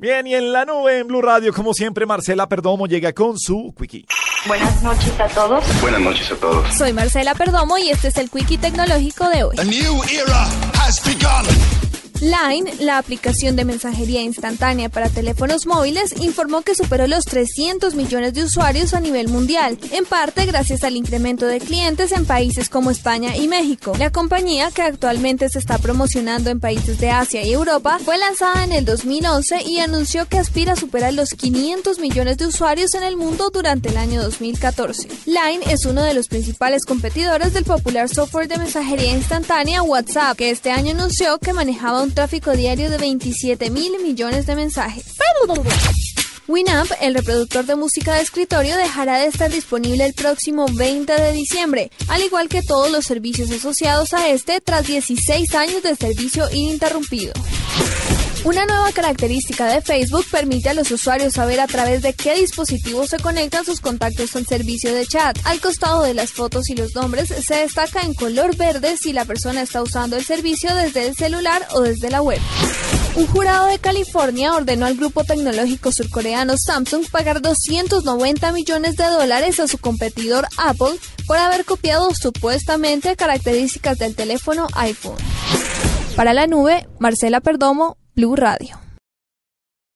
Bien, y en la nube, en Blue Radio, como siempre, Marcela Perdomo llega con su Quickie. Buenas noches a todos. Buenas noches a todos. Soy Marcela Perdomo y este es el Quickie tecnológico de hoy. A new era has begun. Line, la aplicación de mensajería instantánea para teléfonos móviles, informó que superó los 300 millones de usuarios a nivel mundial, en parte gracias al incremento de clientes en países como España y México. La compañía, que actualmente se está promocionando en países de Asia y Europa, fue lanzada en el 2011 y anunció que aspira a superar los 500 millones de usuarios en el mundo durante el año 2014. Line es uno de los principales competidores del popular software de mensajería instantánea WhatsApp, que este año anunció que manejaba un tráfico diario de 27.000 millones de mensajes. Winamp, el reproductor de música de escritorio, dejará de estar disponible el próximo 20 de diciembre, al igual que todos los servicios asociados a este, tras 16 años de servicio ininterrumpido. Una nueva característica de Facebook permite a los usuarios saber a través de qué dispositivos se conectan sus contactos al servicio de chat. Al costado de las fotos y los nombres se destaca en color verde si la persona está usando el servicio desde el celular o desde la web. Un jurado de California ordenó al grupo tecnológico surcoreano Samsung pagar $290 millones a su competidor Apple por haber copiado supuestamente características del teléfono iPhone. Para la nube, Marcela Perdomo, Blue Radio.